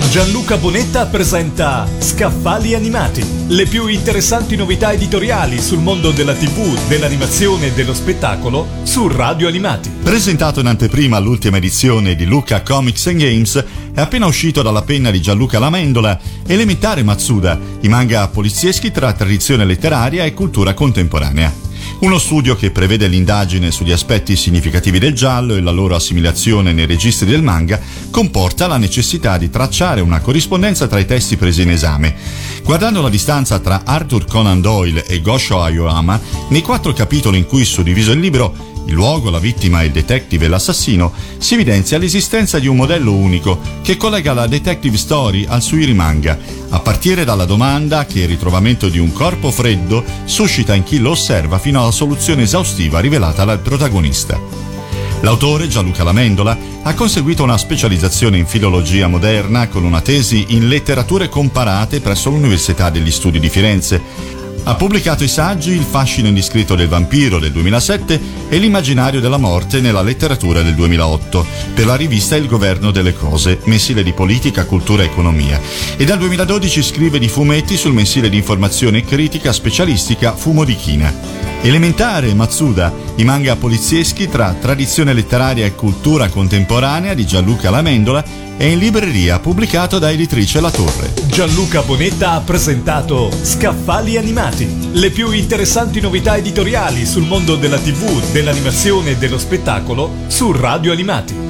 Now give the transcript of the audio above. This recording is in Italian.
Gianluca Bonetta presenta Scaffali Animati, le più interessanti novità editoriali sul mondo della TV, dell'animazione e dello spettacolo su Radio Animati. Presentato in anteprima all'ultima edizione di Lucca Comics and Games, è appena uscito dalla penna di Gianluca Lamendola Elementare Matsuda, i manga polizieschi tra tradizione letteraria e cultura contemporanea. Uno studio che prevede l'indagine sugli aspetti significativi del giallo e la loro assimilazione nei registri del manga comporta la necessità di tracciare una corrispondenza tra i testi presi in esame. Guardando la distanza tra Arthur Conan Doyle e Gosho Aoyama, nei 4 capitoli in cui è suddiviso il libro, il luogo, la vittima, il detective e l'assassino, si evidenzia l'esistenza di un modello unico che collega la detective story al Suiri manga, a partire dalla domanda che il ritrovamento di un corpo freddo suscita in chi lo osserva fino alla soluzione esaustiva rivelata dal protagonista. L'autore, Gianluca Lamendola, ha conseguito una specializzazione in filologia moderna con una tesi in letterature comparate presso l'Università degli Studi di Firenze. Ha pubblicato i saggi Il fascino indiscreto del vampiro del 2007 e L'immaginario della morte nella letteratura del 2008 per la rivista Il governo delle cose, mensile di politica, cultura e economia, e dal 2012 scrive di fumetti sul mensile di informazione e critica specialistica Fumo di China. Elementare Matsuda, i manga polizieschi tra tradizione letteraria e cultura contemporanea di Gianluca Lamendola, è in libreria, pubblicato da editrice La Torre. Gianluca Bonetta ha presentato Scaffali Animati, le più interessanti novità editoriali sul mondo della TV, dell'animazione e dello spettacolo su Radio Animati.